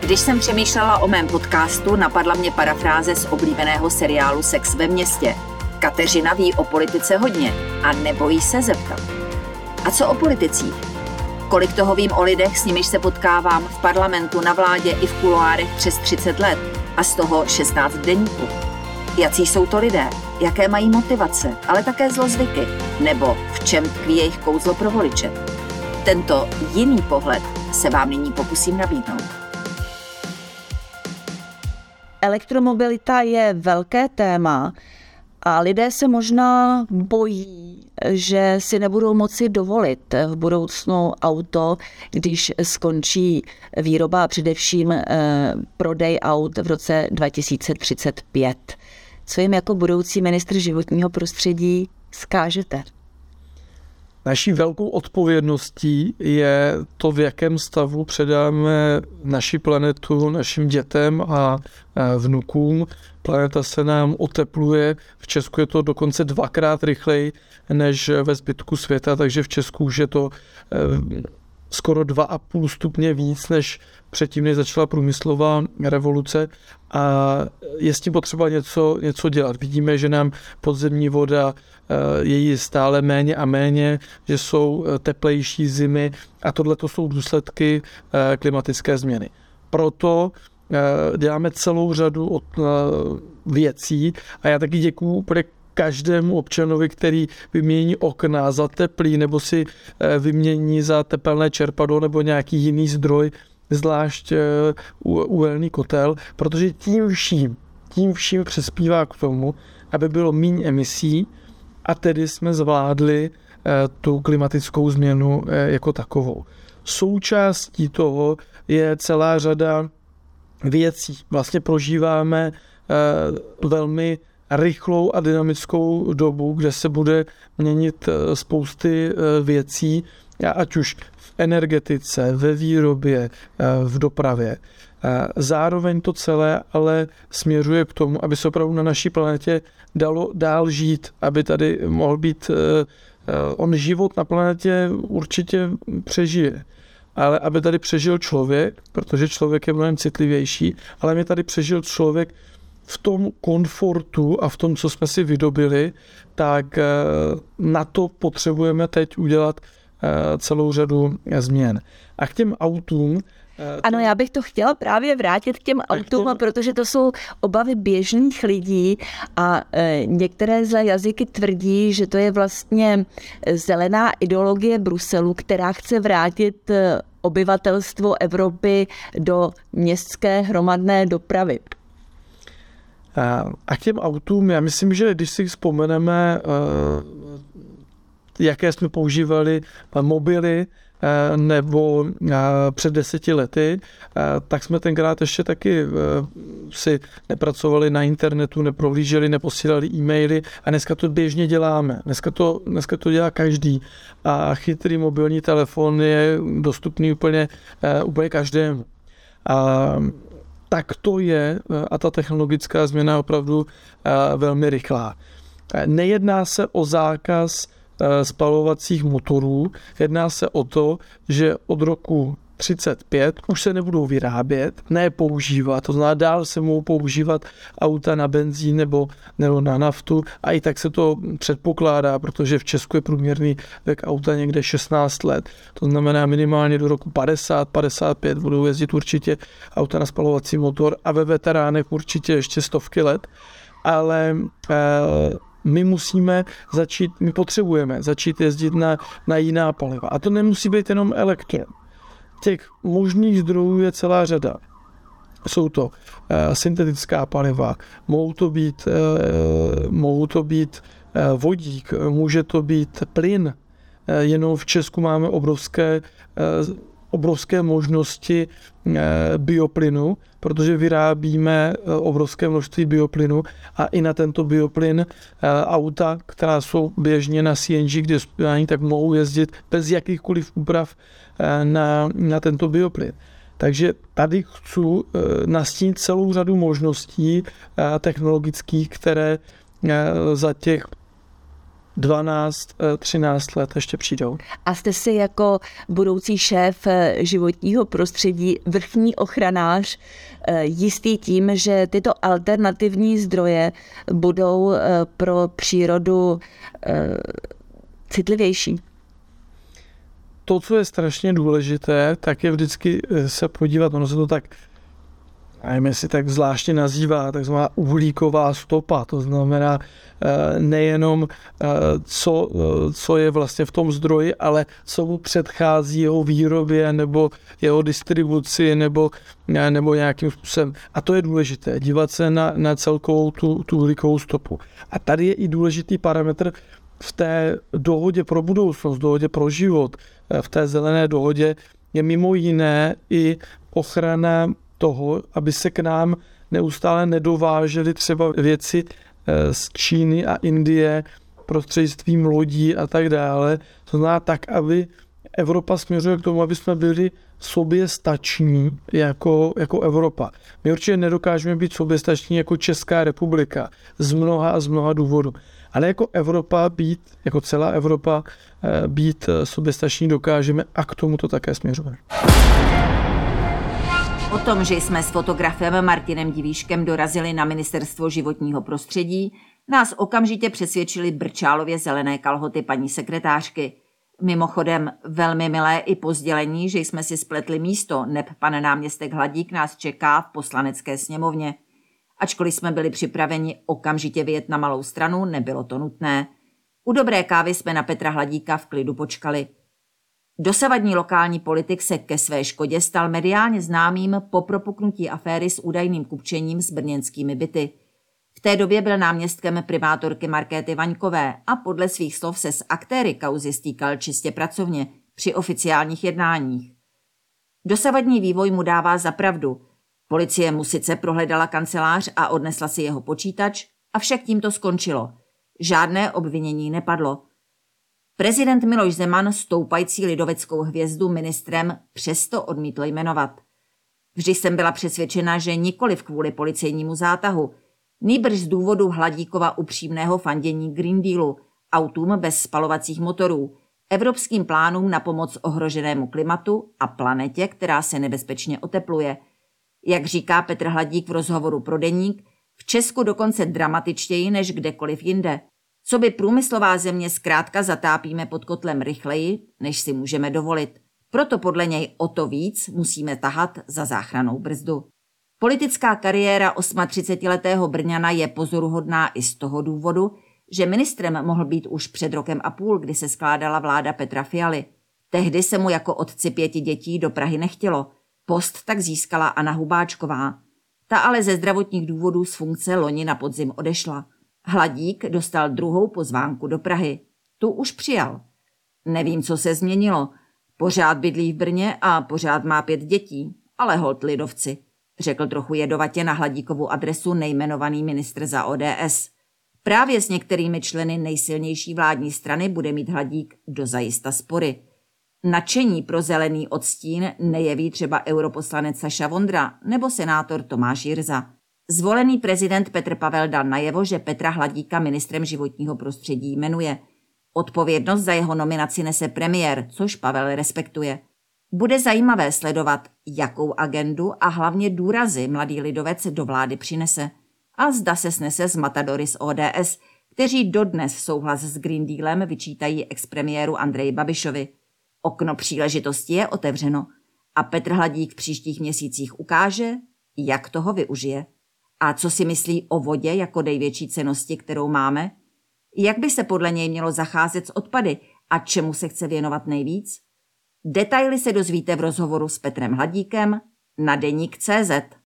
Když jsem přemýšlela o mém podcastu, napadla mě parafráze z oblíbeného seriálu Sex ve městě. Kateřina ví o politice hodně a nebojí se zeptat. A co o politicích? Kolik toho vím o lidech, s nimiž se potkávám v parlamentu, na vládě i v kuloárech přes 30 let a z toho 16 v deníku. Jací jsou to lidé, jaké mají motivace, ale také zlozvyky, nebo v čem tkví jejich kouzlo pro voliče. Tento jiný pohled se vám nyní pokusím nabídnout. Elektromobilita je velké téma a lidé se možná bojí, že si nebudou moci dovolit v budoucnu auto, když skončí výroba a především prodej aut v roce 2035. Co jim jako budoucí ministr životního prostředí vzkážete? Naší velkou odpovědností je to, v jakém stavu předáme naši planetu našim dětem a vnukům. Planeta se nám otepluje, v Česku je to dokonce 2krát rychleji než ve zbytku světa, takže v Česku už je to skoro 2,5 stupně víc, než předtím, než začala průmyslová revoluce, a je s tím potřeba něco dělat. Vidíme, že nám podzemní voda je jí stále méně a méně, že jsou teplejší zimy a tohle to jsou důsledky klimatické změny. Proto děláme celou řadu věcí a já taky děkuju každému občanovi, který vymění okna za teplý nebo si vymění za tepelné čerpadlo nebo nějaký jiný zdroj, zvlášť uhelný kotel, protože tím vším přispívá k tomu, aby bylo méně emisí a tedy jsme zvládli tu klimatickou změnu jako takovou. Součástí toho je celá řada věcí. Vlastně prožíváme velmi rychlou a dynamickou dobu, kde se bude měnit spousty věcí, ať už v energetice, ve výrobě, v dopravě. Zároveň to celé ale směřuje k tomu, aby se opravdu na naší planetě dalo dál žít, aby tady mohl být on život na planetě určitě přežije. Ale aby tady přežil člověk, protože člověk je mnohem citlivější, ale aby tady přežil člověk v tom komfortu a v tom, co jsme si vydobili, tak na to potřebujeme teď udělat celou řadu změn. A k těm autům... Ano, já bych to chtěla právě vrátit k těm autům, protože to jsou obavy běžných lidí a některé zlé jazyky tvrdí, že to je vlastně zelená ideologie Bruselu, která chce vrátit obyvatelstvo Evropy do městské hromadné dopravy. A k těm autům, já myslím, že když si vzpomeneme, jaké jsme používali mobily nebo před 10 lety, tak jsme tenkrát ještě taky si nepracovali na internetu, neprohlíželi, neposílali e-maily a dneska to běžně děláme. Dneska to dělá každý a chytrý mobilní telefon je dostupný úplně každému. Tak to je a ta technologická změna je opravdu velmi rychlá. Nejedná se o zákaz spalovacích motorů, jedná se o to, že od roku 35 už se nebudou vyrábět, ne používat, to znamená dál se mohou používat auta na benzín nebo na naftu a i tak se to předpokládá, protože v Česku je průměrný věk auta někde 16 let, to znamená minimálně do roku 50-55 budou jezdit určitě auta na spalovací motor a ve veteránech určitě ještě stovky let, ale my potřebujeme začít jezdit na jiná paliva. A to nemusí být jenom elektro. Těch možných zdrojů je celá řada. Jsou to syntetická paliva, mohou to být vodík, může to být plyn. Jenom v Česku máme obrovské možnosti bioplynu, protože vyrábíme obrovské množství bioplynu a i na tento bioplyn auta, která jsou běžně na CNG, kde tak mohou jezdit bez jakýchkoliv úprav na tento bioplyn. Takže tady chci nastínit celou řadu možností technologických, které za těch 12-13 let ještě přijdou. A jste si jako budoucí šéf životního prostředí, vrchní ochranář, jistý tím, že tyto alternativní zdroje budou pro přírodu citlivější? To, co je strašně důležité, tak je vždycky se podívat, ono se to tak, nevím, jestli tak zvláštně nazývá, takzvaná uhlíková stopa. To znamená nejenom, co je vlastně v tom zdroji, ale co mu předchází jeho výrobě nebo jeho distribuci nebo nějakým způsobem. A to je důležité, dívat se na celkovou tu uhlíkovou stopu. A tady je i důležitý parametr v té dohodě pro budoucnost, dohodě pro život, v té zelené dohodě je mimo jiné i ochrana toho, aby se k nám neustále nedovážely třeba věci z Číny a Indie prostřednictvím lodí a tak dále. To znamená tak, aby Evropa směřuje k tomu, aby jsme byli soběstační jako Evropa. My určitě nedokážeme být soběstační jako Česká republika z mnoha důvodů. Ale jako Evropa jako celá Evropa být soběstační dokážeme a k tomu to také směřujeme. O tom, že jsme s fotografem Martinem Divíškem dorazili na Ministerstvo životního prostředí, nás okamžitě přesvědčili brčálově zelené kalhoty paní sekretářky. Mimochodem velmi milé i po sdělení, že jsme si spletli místo, neb pan náměstek Hladík nás čeká v poslanecké sněmovně. Ačkoliv jsme byli připraveni okamžitě vyjet na malou stranu, nebylo to nutné. U dobré kávy jsme na Petra Hladíka v klidu počkali. Dosavadní lokální politik se ke své škodě stal mediálně známým po propuknutí aféry s údajným kupčením s brněnskými byty. V té době byl náměstkem primátorky Markéty Vaňkové a podle svých slov se s aktéry kauzy stýkal čistě pracovně při oficiálních jednáních. Dosavadní vývoj mu dává za pravdu. Policie mu sice prohledala kancelář a odnesla si jeho počítač, avšak tím to skončilo. Žádné obvinění nepadlo. Prezident Miloš Zeman stoupající lidoveckou hvězdu ministrem přesto odmítl jmenovat. Vždy jsem byla přesvědčena, že nikoliv kvůli policejnímu zátahu, nýbrž z důvodu Hladíkova upřímného fandění Green Dealu, autům bez spalovacích motorů, evropským plánům na pomoc ohroženému klimatu a planetě, která se nebezpečně otepluje. Jak říká Petr Hladík v rozhovoru pro Deník, v Česku dokonce dramatičtěji než kdekoliv jinde. Co by průmyslová země zkrátka zatápíme pod kotlem rychleji, než si můžeme dovolit. Proto podle něj o to víc musíme tahat za záchrannou brzdu. Politická kariéra 38letého Brňana je pozoruhodná i z toho důvodu, že ministrem mohl být už před rokem a půl, kdy se skládala vláda Petra Fialy. Tehdy se mu jako otci 5 dětí do Prahy nechtělo. Post tak získala Anna Hubáčková. Ta ale ze zdravotních důvodů z funkce loni na podzim odešla. Hladík dostal druhou pozvánku do Prahy. Tu už přijal. Nevím, co se změnilo. Pořád bydlí v Brně a pořád má 5 dětí, ale holt lidovci, řekl trochu jedovatě na Hladíkovu adresu nejmenovaný ministr za ODS. Právě s některými členy nejsilnější vládní strany bude mít Hladík dozajista spory. Nadšení pro zelený odstín nejeví třeba europoslanec Saša Vondra nebo senátor Tomáš Jirza. Zvolený prezident Petr Pavel dal najevo, že Petra Hladíka ministrem životního prostředí jmenuje. Odpovědnost za jeho nominaci nese premiér, což Pavel respektuje. Bude zajímavé sledovat, jakou agendu a hlavně důrazy mladý lidovec do vlády přinese. A zda se snese s matadory z ODS, kteří dodnes souhlas s Green Dealem vyčítají expremiéru Andreji Babišovi. Okno příležitosti je otevřeno a Petr Hladík v příštích měsících ukáže, jak toho využije. A co si myslí o vodě jako největší cennosti, kterou máme? Jak by se podle něj mělo zacházet s odpady a čemu se chce věnovat nejvíc? Detaily se dozvíte v rozhovoru s Petrem Hladíkem na Deník.cz.